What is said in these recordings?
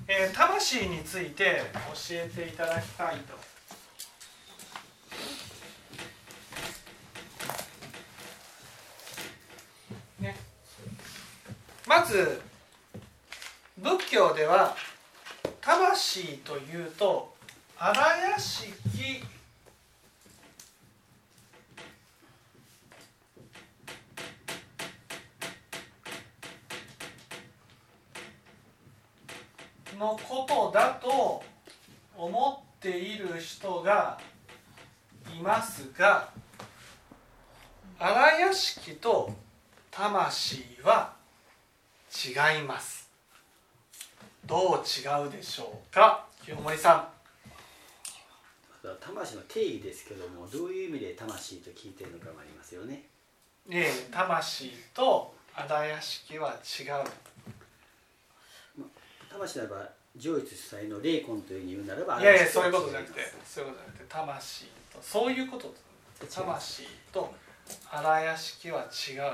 魂について教えていただきたいと。ね、まず仏教では魂というと荒屋敷のことだと思っている人がいますが、荒屋敷と魂は違います。どう違うでしょうか、清盛さん。 魂の定義ですけども、どういう意味で魂と聞いているのかもありますよね。 魂と荒屋敷は違う。 魂ならば上一主催の霊魂というふうに言うならば、 いやいや、そういうことじゃなくて、そういうことじゃなくて、魂とそういうこと。魂と荒屋敷は違う。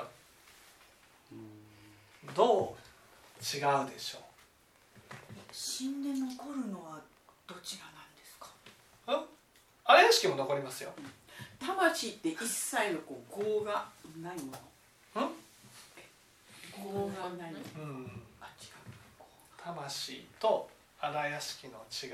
どう違うでしょう。 死んで残るのはどちらなんですか。 荒屋敷も残りますよ。 魂って一切の業がないもの。業がないもの。あ、違う。 魂と荒屋敷の違い。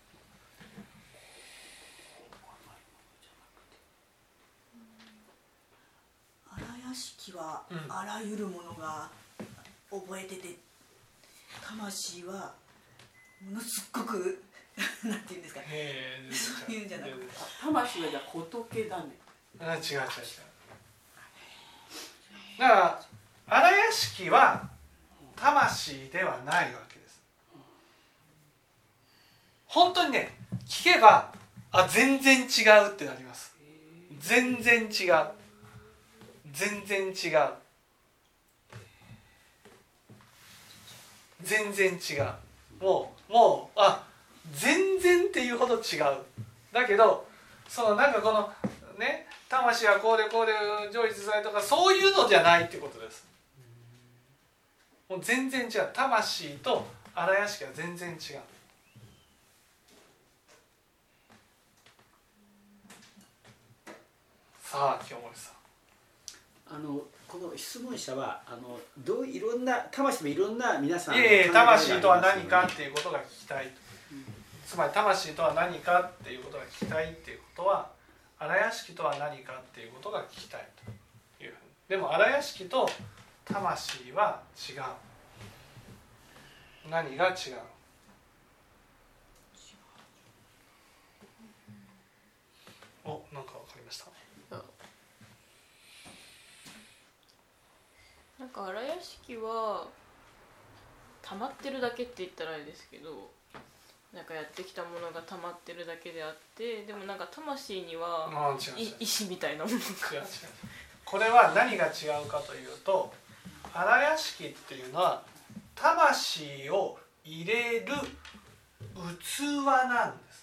荒屋敷はあらゆるものが覚えてて、魂はものすごくなんていうんですか、そういうんじゃなくて、魂はじゃあ仏だね。 違う。だから荒屋敷は魂ではないわけです。本当にね、聞けば全然違うってなります。全然違う。全然違う。全然違う。もう全然っていうほど違う。だけどなんかこのね、魂はこうで上一主催とかそういうのじゃないってことです。もう全然違う。魂と荒屋敷は全然違う。さあ清盛さん、 この質問者はいろんな魂もいろんな皆さん、 魂とは何かっていうことが聞きたいと、つまり魂とは何かっていうことが聞きたいっていうことは、荒屋敷とは何かっていうことが聞きたいというふうに。でも荒屋敷と魂は違う。何が違う。なんか分かりました。 なんか荒屋敷は溜まってるだけって言ったらあれですけど、なんかやってきたものが溜まってるだけであって、でもなんか魂には意志みたいなものがこれは何が違うかというと、荒屋敷っていうのは魂を入れる器なんです。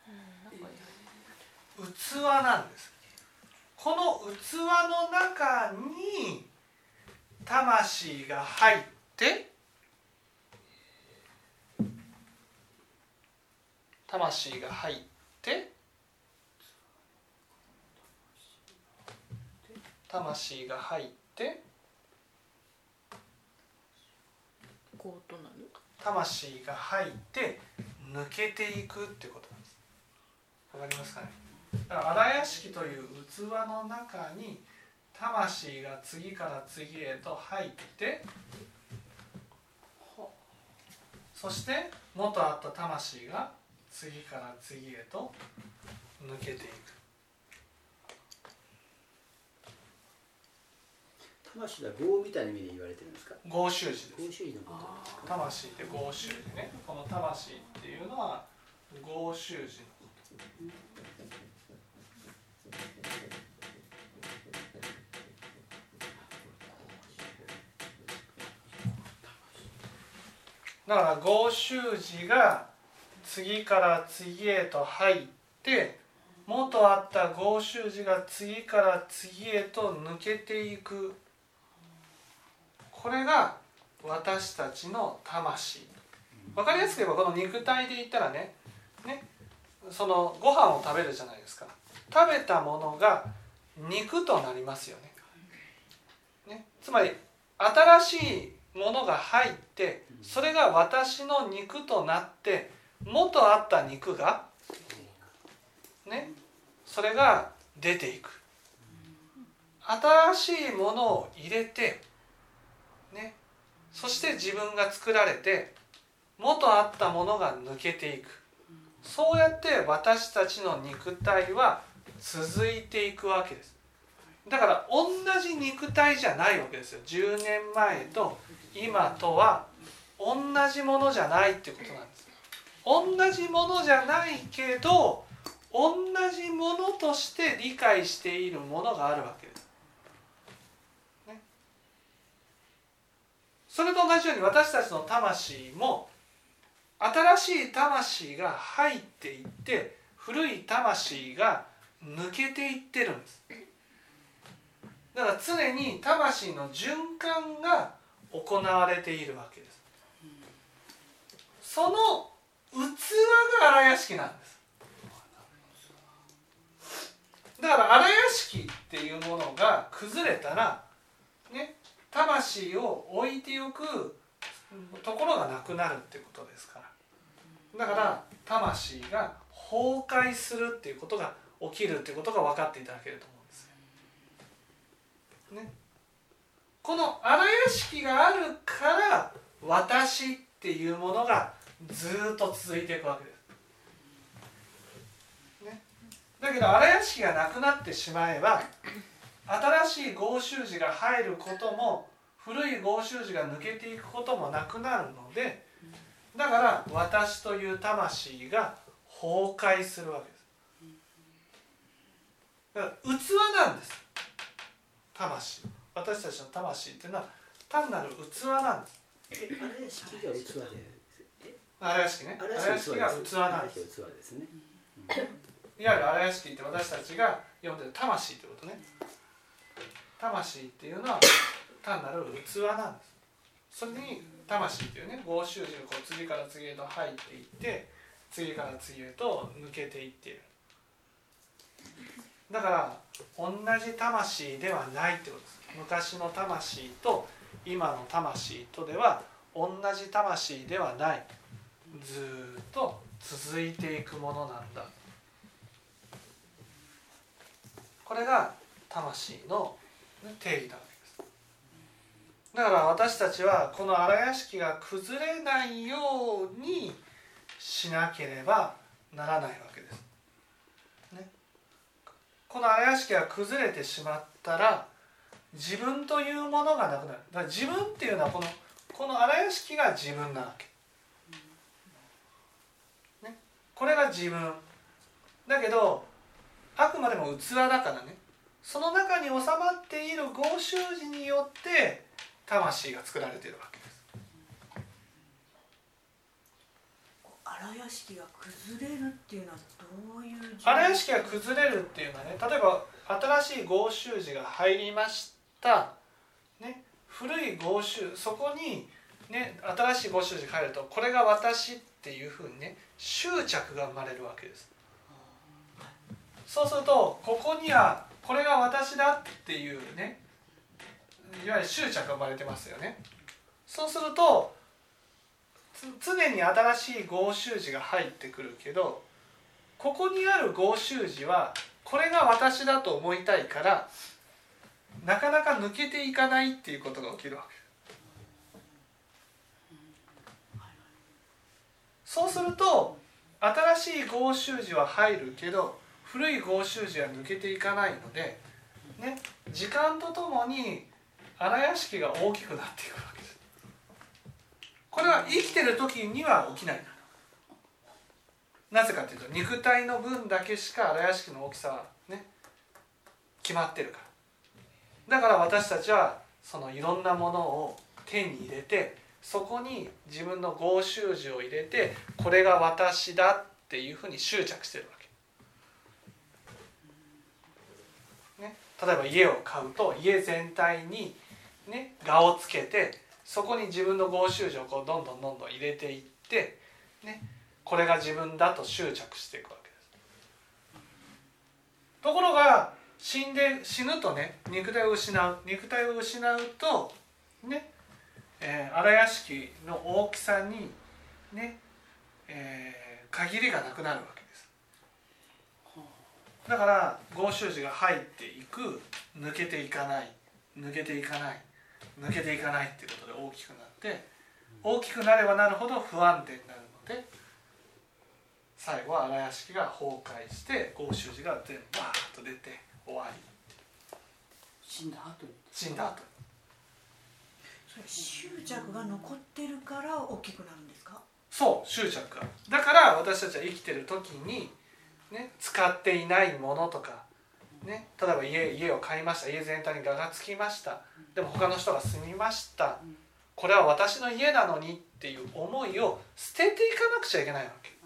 器なんです。この器の中に魂が入ってこうとなる。 魂が入って抜けていくっていうことなんです。わかりますかね。だから荒屋敷という器の中に魂が次から次へと入って、そして元あった魂が次から次へと抜けていく。 魂は業みたいな意味で言われてるんですか。 業習字です。 業習字のことですか。 魂って業習字ね。この魂っていうのは業習字のこと。だから業習字が次から次へと入って、元あった業習字が次から次へと抜けていく。これが私たちの魂分かりやすく言えばこの肉体で言ったらね、そのご飯を食べるじゃないですか。食べたものが肉となりますよね。つまり新しいものが入ってそれが私の肉となって元あった肉がそれが出ていく。新しいものを入れてそして自分が作られて元あったものが抜けていく。そうやって私たちの肉体は続いていくわけです。だから同じ肉体じゃないわけですよ。10年前と今とは同じものじゃないってことなんです。同じものじゃないけど同じものとして理解しているものがあるわけです。それと同じように私たちの魂も新しい魂が入っていって古い魂が抜けていってるんです。だから常に魂の循環が行われているわけです。その器が荒屋敷なんです。だから荒屋敷っていうものが崩れたら魂を置いておくところがなくなるっていうことですから。だから魂が崩壊するっていうことが起きるっていうことが分かっていただけると思うんですよ。この荒屋敷があるから私っていうものがずっと続いていくわけです。だけど荒屋敷がなくなってしまえば新しい合衆寺が入ることも古い合衆寺が抜けていくこともなくなるので、だから私という魂が崩壊するわけです。だから器なんです。魂、私たちの魂っていうのは単なる器なんです。 荒屋敷が器で、 荒屋敷ね。荒屋敷が器なんです。いわゆる荒屋敷って私たちが読んでる魂ってことね。魂っていうのは単なる器なんです。それに魂っていうね、合衆寺がこう次から次へと入っていって次から次へと抜けていっている。だから同じ魂ではないってことです。昔の魂と今の魂とでは同じ魂ではない。ずっと続いていくものなんだ。これが魂の定義なわけです。だから私たちはこの荒屋敷が崩れないようにしなければならないわけです。この荒屋敷が崩れてしまったら自分というものがなくなる。だから自分っていうのはこの荒屋敷が自分なわけ。これが自分。だけどあくまでも器だからね、その中に収まっている合衆寺によって魂が作られているわけです。 荒屋敷が崩れるっていうのはどういう？ 荒屋敷が崩れるっていうのはね、例えば新しい合衆寺が入りました、古い合衆、そこに、新しい合衆寺が入るとこれが私っていうふうに執着が生まれるわけです。そうするとここにはこれが私だっていういわゆる執着が生まれてますよね。そうすると常に新しい合衆寺が入ってくるけど、ここにある合衆寺はこれが私だと思いたいからなかなか抜けていかないっていうことが起きるわけです。そうすると新しい合衆寺は入るけど古い合衆寺は抜けていかないので、時間とともに荒屋敷が大きくなっていくわけです。これは生きてる時には起きない。なぜかというと肉体の分だけしか荒屋敷の大きさは決まってるから。だから私たちはそのいろんなものを手に入れてそこに自分の合衆寺を入れてこれが私だっていうふうに執着してるわけ。例えば家を買うと家全体に、画をつけてそこに自分の合衆寺をこうどんどん入れていって、ね、これが自分だと執着していくわけです。ところが死ぬとね、肉体を失うとね、荒屋敷の大きさにね、限りがなくなるわけです。だから合衆寺が入っていく、抜けていかないっていうことで大きくなって、大きくなればなるほど不安定になるので、最後は荒屋敷が崩壊して合衆寺が全部バーッと出て終わり。 死んだ後に。 それ執着が残ってるから大きくなるんですか？ そう、執着が。だから私たちは生きてる時に、ね、使っていないものとか、ね、例えば家を買いました、家全体に我がつきました、でも他の人が住みました、これは私の家なのにっていう思いを捨てていかなくちゃいけないわけ。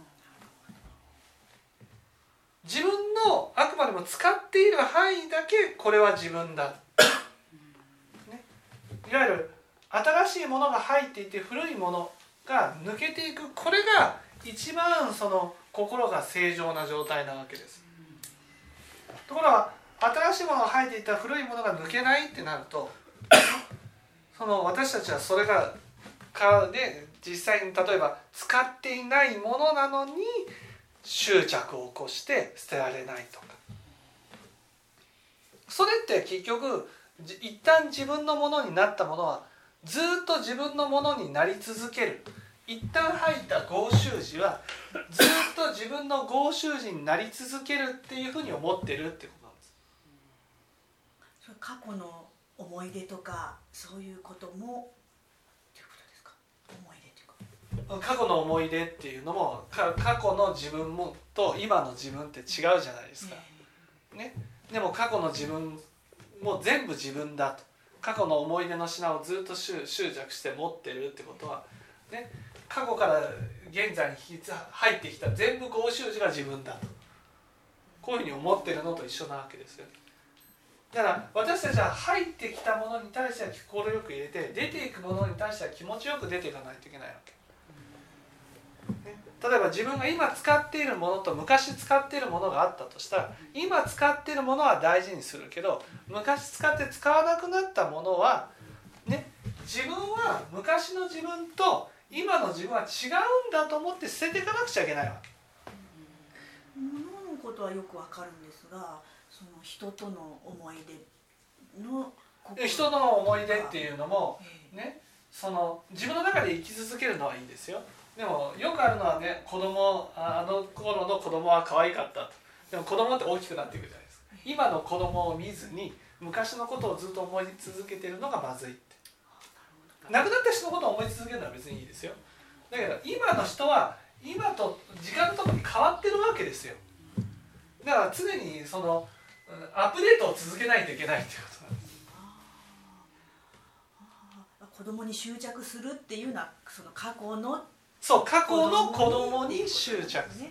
自分のあくまでも使っている範囲だけこれは自分だ、ね、いわゆる新しいものが入っていて古いものが抜けていく、これが一番その心が正常な状態なわけです。ところが新しいものが入っていた古いものが抜けないってなるとその私たちはそれがで実際に例えば使っていないものなのに執着を起こして捨てられないとか、それって結局一旦自分のものになったものはずっと自分のものになり続ける。一旦入った合衆寺はずっと自分の合衆寺になり続けるっていうふうに思ってるってことなんです。 それ過去の思い出とかそういうこともということですか？思い出というか、 過去の思い出っていうのも過去の自分もと今の自分って違うじゃないですか、ね、でも過去の自分も全部自分だと、過去の思い出の品をずっと執着して持ってるってことは、ね、過去から現在に入ってきた全部合衆寺が自分だと、こういうふうに思ってるのと一緒なわけですよ。だから私たちは入ってきたものに対しては心よく入れて、出ていくものに対しては気持ちよく出ていかないといけないわけ、ね、例えば自分が今使っているものと昔使っているものがあったとしたら、今使っているものは大事にするけど、昔使って使わなくなったものは、ね、自分は昔の自分と今の自分は違うんだと思って捨てていかなくちゃいけないわけ。 物のことはよくわかるんですが、その人との思い出の人の思い出っていうのも、ね、その自分の中で生き続けるのはいいんですよ。でもよくあるのはね、あの頃の子供は可愛かったと。でも子供って大きくなっていくじゃないですか。今の子供を見ずに昔のことをずっと思い続けてるのがまずいって。亡くなった人のことを思い続けるのは別にいいですよ。だけど今の人は今と時間とともに変わってるわけですよ。だから常にそのアップデートを続けないといけないっていうことなんです。 子供に執着するっていうのはその過去の、 そう、過去の子供に執着する、ね、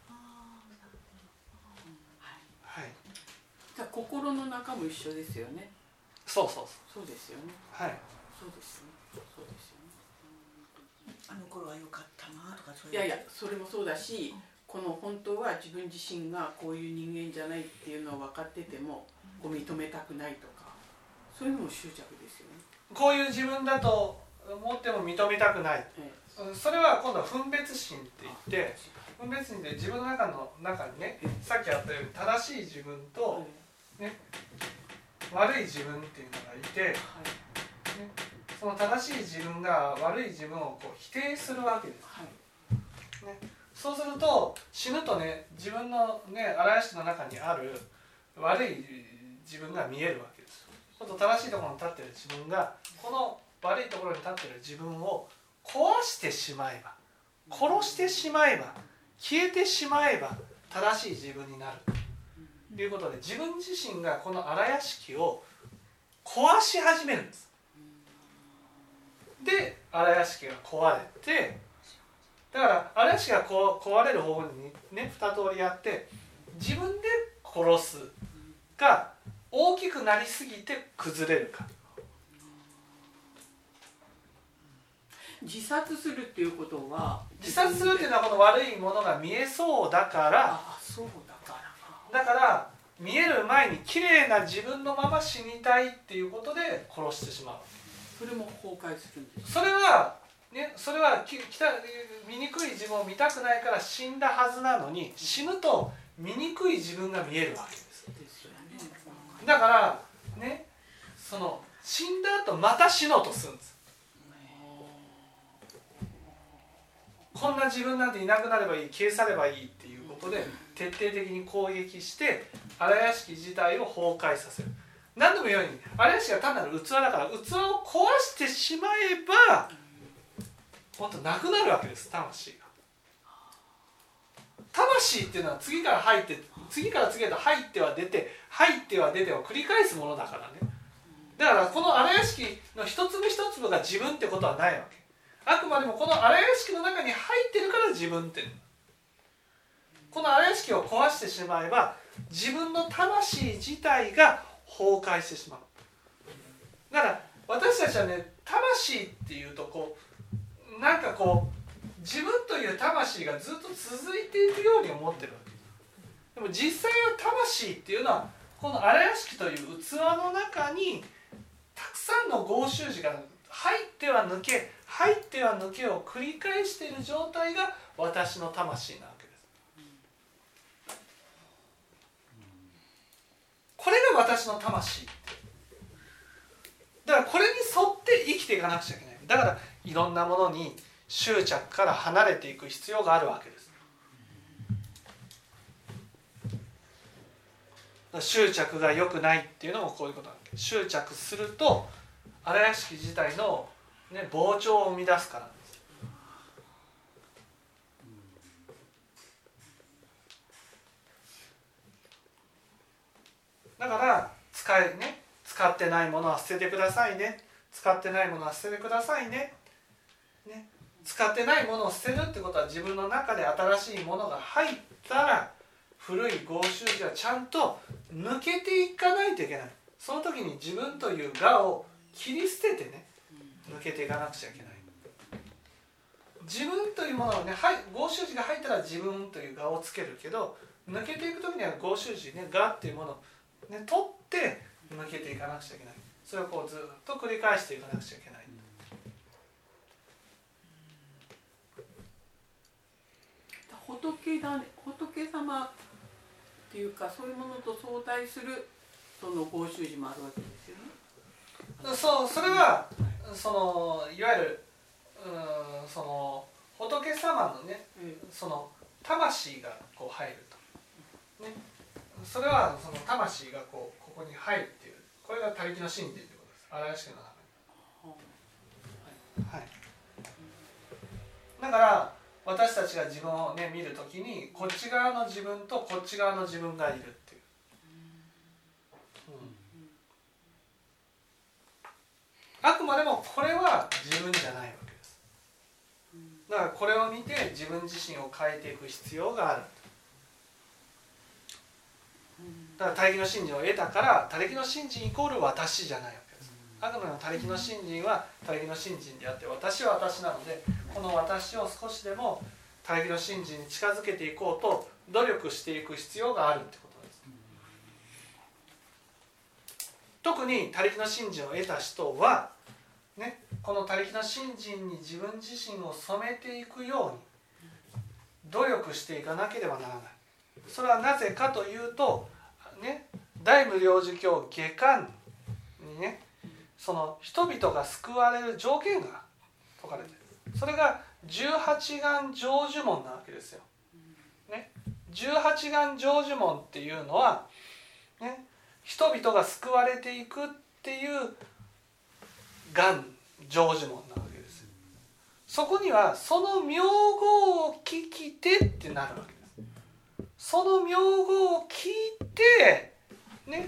はい、 じゃあ心の中も一緒ですよね。 そうそうそうですよね。 はい、 そうですよね。そうですよね。 あの頃は良かったなとか、そういう。 いやいや、それもそうだし、この本当は自分自身がこういう人間じゃないっていうのを分かっててもこう認めたくないとか、そういうのも執着ですよね。 こういう自分だと思っても認めたくない、それは今度は分別心って言って、分別心で自分の中にね、さっきあったように正しい自分と、ね、悪い自分っていうのがいて、ね、その正しい自分が悪い自分をこう否定するわけです、ね、そうすると死ぬとね、自分のね、荒屋敷の中にある悪い自分が見えるわけです。ちょっと正しいところに立っている自分がこの悪いところに立っている自分を壊してしまえば、殺してしまえば、消えてしまえば正しい自分になるということで、自分自身がこの荒屋敷を壊し始めるんです。で荒屋敷が壊れて、だから荒屋敷が壊れる方にね、2通りあって、自分で殺すか大きくなりすぎて崩れるか。 自殺するっていうことは、 自殺するっていうのはこの悪いものが見えそうだから、 そうだから見える前に綺麗な自分のまま死にたいっていうことで殺してしまう。 それも崩壊するんです。 それは醜い自分を見たくないから死んだはずなのに、死ぬと醜い自分が見えるわけです。だからね、その死んだ後また死のうとするんです。こんな自分なんていなくなればいい、消え去ればいいっていうことで徹底的に攻撃して荒屋敷自体を崩壊させる。何度も言うように荒屋敷は単なる器だから、器を壊してしまえば本当なくなるわけです。魂が、魂っていうのは次から入って次から次へと入っては出て入っては出てを繰り返すものだからね。だからこの荒屋敷の一粒一粒が自分ってことはないわけ。あくまでもこの荒屋敷の中に入ってるから自分って。この荒屋敷を壊してしまえば自分の魂自体が崩壊してしまう。だから私たちはね、魂っていうとこうなんかこう自分という魂がずっと続いていくように思ってるわけ。でも実際は魂っていうのはこの荒屋敷という器の中にたくさんの合衆寺が入っては抜け入っては抜けを繰り返している状態が私の魂なわけです。これが私の魂。だからこれに沿って生きていかなくちゃいけない。だからいろんなものに執着から離れていく必要があるわけです。執着が良くないっていうのもこういうことなんです。執着すると荒屋敷自体の、ね、膨張を生み出すからなんです。だから使ってないものは捨ててくださいね。使ってないものは捨ててくださいね。使ってないものを捨てるってことは自分の中で新しいものが入ったら古い合衆寺はちゃんと抜けていかないといけない。その時に自分という我を切り捨ててね、抜けていかなくちゃいけない。自分というものをね、合衆寺が入ったら自分という我をつけるけど、抜けていく時には合衆寺ね、我っていうものを、ね、取って抜けていかなくちゃいけない。それをこうずっと繰り返していかなくちゃいけない。 仏様っていうかそういうものと相対するその合衆寺もあるわけですよね。 そう、それはそのいわゆるその仏様のね、その魂がこう入ると、ね、それはその魂がここに入るっていう、これが他力の真理ということです。荒屋敷の中に、はい、だから私たちが自分をね見るときにこっち側の自分とこっち側の自分がいるっていう、あくまでもこれは自分じゃないわけです。だからこれを見て自分自身を変えていく必要がある。だから他力の信心を得たから他力の信心イコール私じゃないわけです。あくまでも他力の信心は他力の信心であって、私は私なので、この私を少しでも他力の信心に近づけていこうと努力していく必要があるってことです。特に他力の信心を得た人は、ね、この他力の信心に自分自身を染めていくように努力していかなければならない。それはなぜかというと、ね、大無量寿経下巻にね、その人々が救われる条件が説かれている。それが18願成就門なわけですよ、ね、18願成就門っていうのは、ね、人々が救われていくっていう願成就門なわけですよ。そこにはその名号を聞きてってなるわけです。その名号を聞いてね、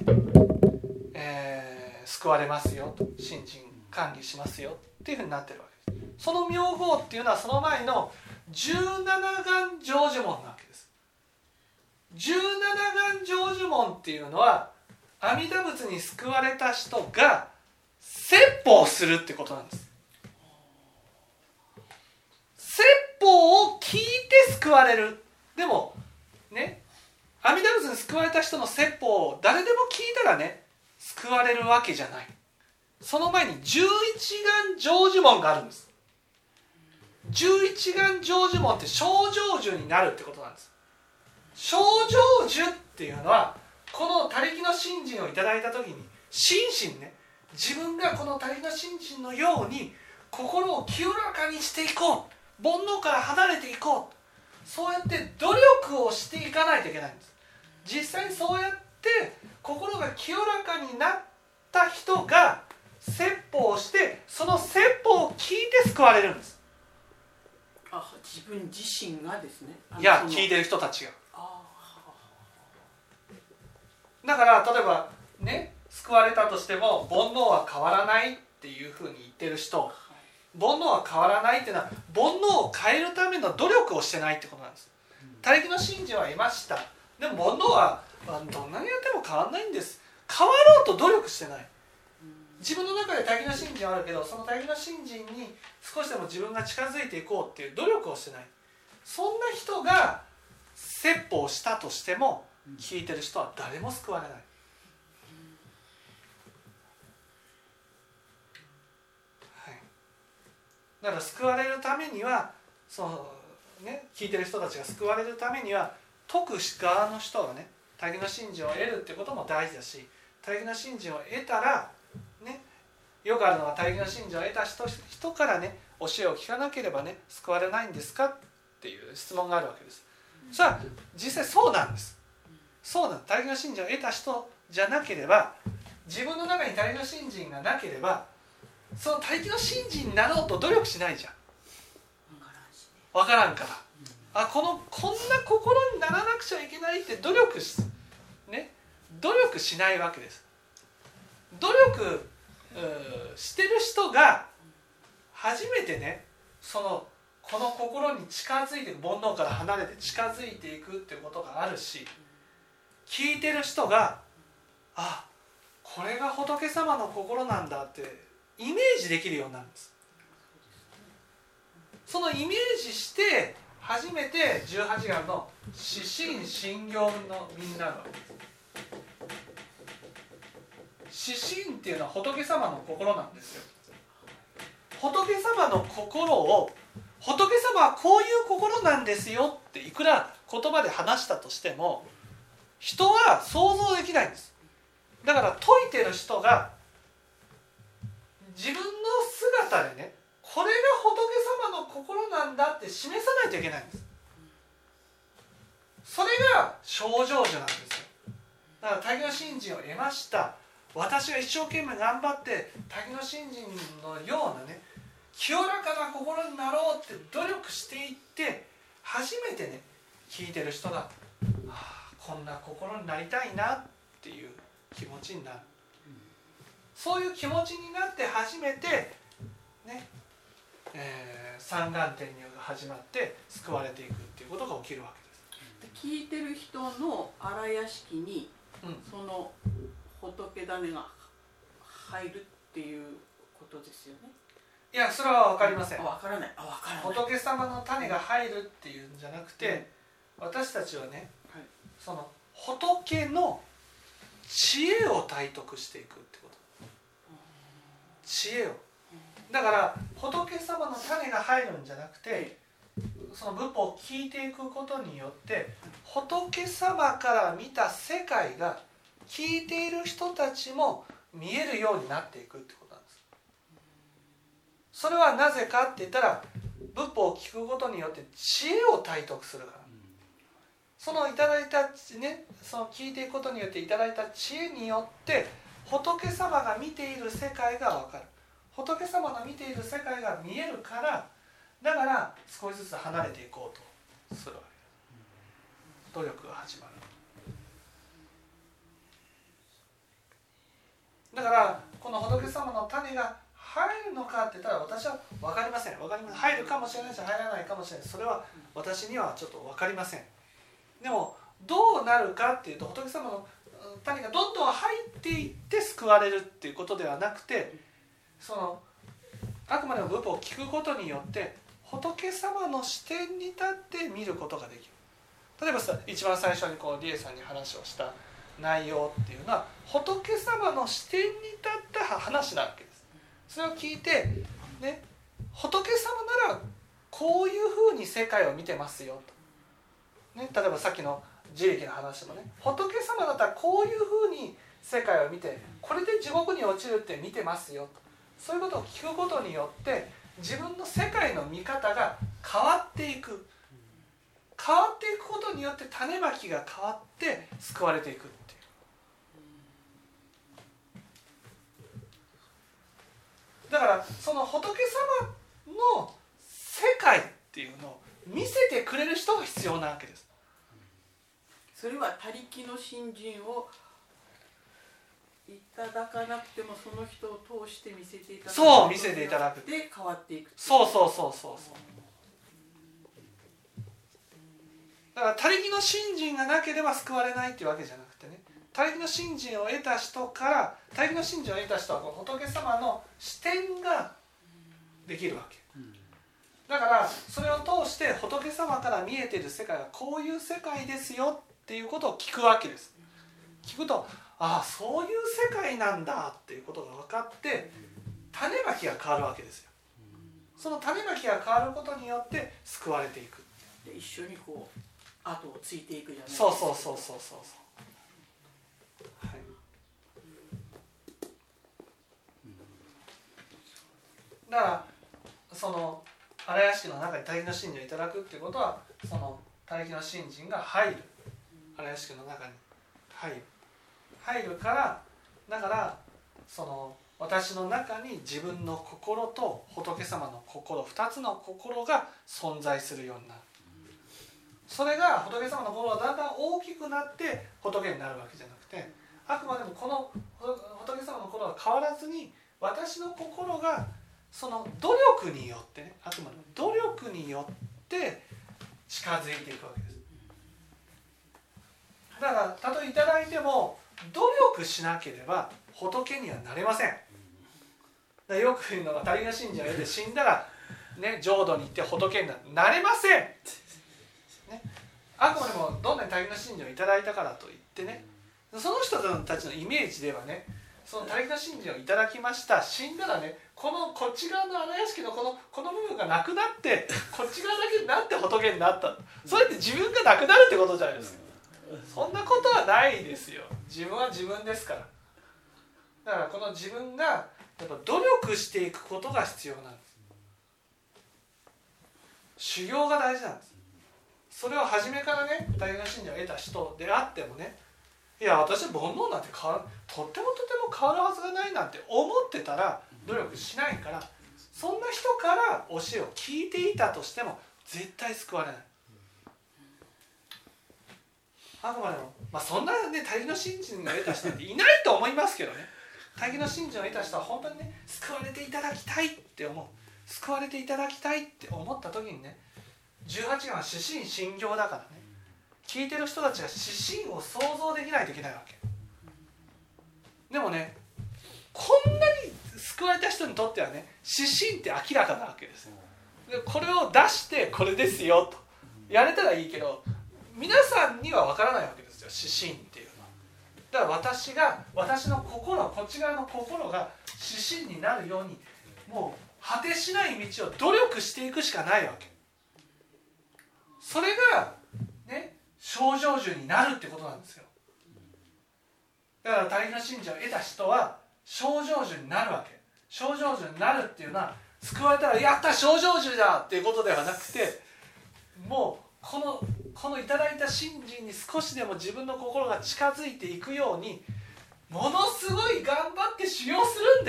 救われますよと、信心管理しますよっていうふうになってるわけです。その名号っていうのはその前の17願成就門なわけです。17願成就門っていうのは阿弥陀仏に救われた人が説法するってことなんです。 救われる。でもね、阿弥陀仏に救われた人の説法を誰でも聞いたらね救われるわけじゃない。その前に十一願成就門があるんです。十一願成就門って正成就になるってことなんです。正成就っていうのはこの他力の信心をいただいた時に心身ね、自分がこの他力の信心のように心を清らかにしていこう、煩悩から離れていこう、そうやって努力をしていかないといけないんです。実際にそうやって心が清らかになった人が説法をして、その説法を聞いて救われるんです。 自分自身がですね。 いや、聞いてる人たちが。だから例えばね、救われたとしても煩悩は変わらないっていうふうに言ってる人、煩悩は変わらないっていうのは煩悩を変えるための努力をしてないってことなんです。他力の信心は得ました。でも煩悩はどんなにやっても変わらないんです。変わろうと努力してない。自分の中で他力の信心はあるけど、その他力の信心に少しでも自分が近づいていこうっていう努力をしてない。そんな人が説法をしたとしても聞いてる人は誰も救われない。だから救われるためには聞いてる人たちが救われるためには説く側の人がね他力の信心を得るってことも大事だし、他力の信心を得たらね、よくあるのは他力の信心を得た人からね教えを聞かなければね救われないんですかっていう質問があるわけです。さあ実際そうなんです。そうなんです。他力の信心を得た人じゃなければ、自分の中に他力の信心がなければ、その他力の信心になろうと努力しないじゃん。分からんから、こんな心にならなくちゃいけないって努力しないわけです。努力してる人が初めてねこの心に近づいていく、煩悩から離れて近づいていくっていうことがあるし、聞いてる人がこれが仏様の心なんだってイメージできるようになるんです。そのイメージして初めて18願の四心信行の身になるわけです。四心っていうのは仏様の心なんですよ。仏様の心を、仏様はこういう心なんですよっていくら言葉で話したとしても人は想像できないんです。だから説いてる人が自分の姿でね、これが仏様の心なんだって示さないといけないんです。それが正成就なんですよ。だから他力の信心を得ました、私が一生懸命頑張って他力の信心のようなね清らかな心になろうって努力していって初めてね聞いてる人がこんな心になりたいなっていう気持ちになる。そういう気持ちになって初めてね、三眼転入が始まって救われていくっていうことが起きるわけです。 聞いてる人の荒屋敷に、その仏種が入るっていうことですよね。 いや、それは分かりません。 分からない。 仏様の種が入るっていうんじゃなくて、私たちはね、その仏の知恵を体得していくってこと。知恵を。だから仏様の種が入るんじゃなくて、その仏法を聞いていくことによって仏様から見た世界が聞いている人たちも見えるようになっていくってことなんです。それはなぜかって言ったら、仏法を聞くことによって知恵を体得するから。そのいただいたね、その聞いていくことによっていただいた知恵によって仏様が見ている世界が分かる。仏様が見ている世界が見えるから、だから少しずつ離れていこうとするわけです。努力が始まる。だからこの仏様の種が入るのかって言ったら私は分かりません。入るかもしれないし入らないかもしれない。それは私にはちょっと分かりません。でもどうなるかっていうと、仏様の種がどんどん入っていって救われるっていうことではなくて、そのあくまでも仏法を聞くことによって仏仏様の視点に立って見ることができる。例えばさ、一番最初にこうリエさんに話をした内容っていうのは仏様の視点に立った話なわけです。それを聞いて、ね、仏様ならこういうふうに世界を見てますよと、ね、例えばさっきの自力の話もね、仏様だったらこういうふうに世界を見て、これで地獄に落ちるって見てますよと、そういうことを聞くことによって自分の世界の見方が変わっていく。変わっていくことによって種まきが変わって救われていくっていう。だからその仏様の世界っていうのを見せてくれる人が必要なわけです。 それは他力の信心をいただかなくてもその人を通して見せていただく。 そう、見せていただく。 で変わっていく。 そうそうそうそうそう。だから他力の信心がなければ救われないっていうわけじゃなくてね、他力の信心を得た人から、他力の信心を得た人はこの仏様の視点ができるわけ。だからそれを通して仏様から見えている世界はこういう世界ですよっていうことを聞くわけです。聞くと、ああそういう世界なんだっていうことが分かって種まきが変わるわけですよ。その種まきが変わることによって救われていく。 で一緒にこう後をついていくじゃないですか。そうそうそうそうそう、はい、だからその荒屋敷の中に他力の信心をいただくっていうことは、その他力の信心が入る、荒屋敷の中に入るから、だからその私の中に自分の心と仏様の心、2つの心が存在するようになる。それが仏様の心がだんだん大きくなって仏になるわけじゃなくて、あくまでもこの仏様の心は変わらずに、私の心がその努力によってね、あくまでも努力によって近づいていくわけです。だからたとえいただいても努力しなければ仏にはなれません。だからよく言うのが、他力の信心を得て死んだら、ね、浄土に行って仏になれません。ね、あくまでもどんなに他力の信心をいただいたからといってね、その人たちのイメージではね、その他力の信心をいただきました、死んだらね、こっち側の荒屋敷のこの部分がなくなってこっち側だけになって仏になった、それって自分がなくなるってことじゃないですか。そんなことはないですよ。自分は自分ですから。だからこの自分がやっぱ努力していくことが必要なんです。修行が大事なんです。それを初めからね、他力の信心を得た人であってもね、いや私は煩悩なんてとっても変わるはずがないなんて思ってたら努力しないから、そんな人から教えを聞いていたとしても絶対救われない。あくまでも、そんなね他力の信心を得た人っていないと思いますけどね。他力の信心を得た人は本当にね、救われていただきたいって思う、救われていただきたいって思った時にね、18願は至心信行だからね、聞いてる人たちが至心を想像できないといけないわけ。でもね、こんなに救われた人にとってはね、至心って明らかなわけです。でこれを出してこれですよとやれたらいいけど、皆さんには分からないわけですよ、至心っていうのは。だから私の心、こっち側の心が至心になるように、もう果てしない道を努力していくしかないわけ。それがね、正成就になるってことなんですよ。だから他力の信心を得た人は正成就になるわけ。正成就になるっていうのは、救われたらやった正成就だっていうことではなくて、もうこのいただいた信心に少しでも自分の心が近づいていくように、ものすごい頑張って修行するんです。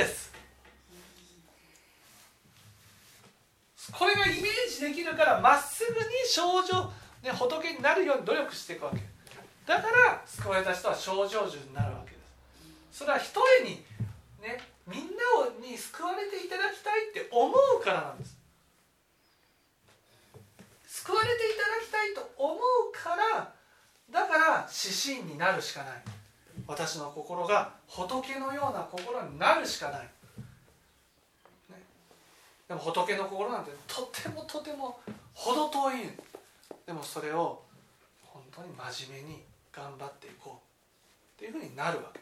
これがイメージできるから、まっすぐに仏になるように努力していくわけだから、救われた人は正成就になるわけです。それは一重にね、みんなに救われていただきたいって思うからなんです。救われていただきたいと思うから、だから至心になるしかない。私の心が仏のような心になるしかない、ね、 でも仏の心なんてとてもとても程遠い。でもそれを本当に真面目に頑張っていこうっていうふうになるわけです。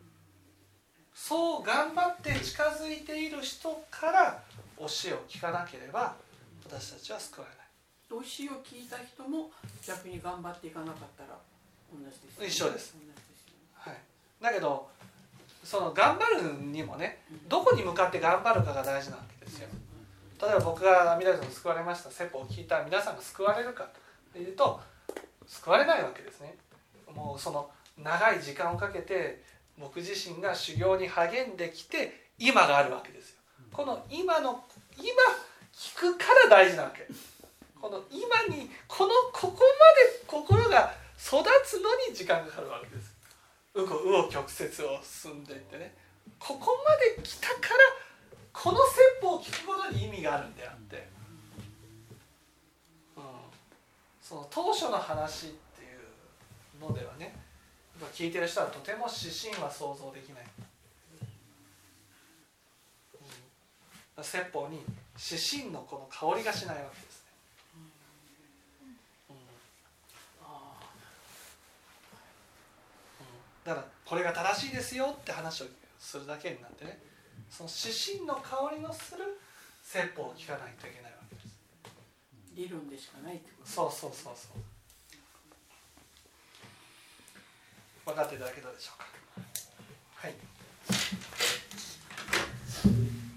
そう頑張って近づいている人から教えを聞かなければ私たちは救われない。 教えを聞いた人も逆に頑張っていかなかったら同じですよね。 一緒です。はい。だけどその頑張るにもね、どこに向かって頑張るかが大事なわけですよ。例えば僕が阿弥陀仏の救われました説法を聞いた皆さんが救われるかというと救われないわけですね。もうその長い時間をかけて僕自身が修行に励んできて今があるわけですよ。この今聞くから大事なわけ。この今にここまで心が育つのに時間がかかるわけです。紆余曲折を進んでいってね、ここまで来たからこの説法を聞くことに意味があるんであって、その当初の話っていうのではね、聞いてる人はとても指針は想像できない。説法に指針のこの香りがしないわけですね。だからこれが正しいですよって話をするだけになってね、その指針の香りのする説法を聞かないといけないわけです。 理論でしかないってこと。 そう分かっていただけたでしょうか。はい。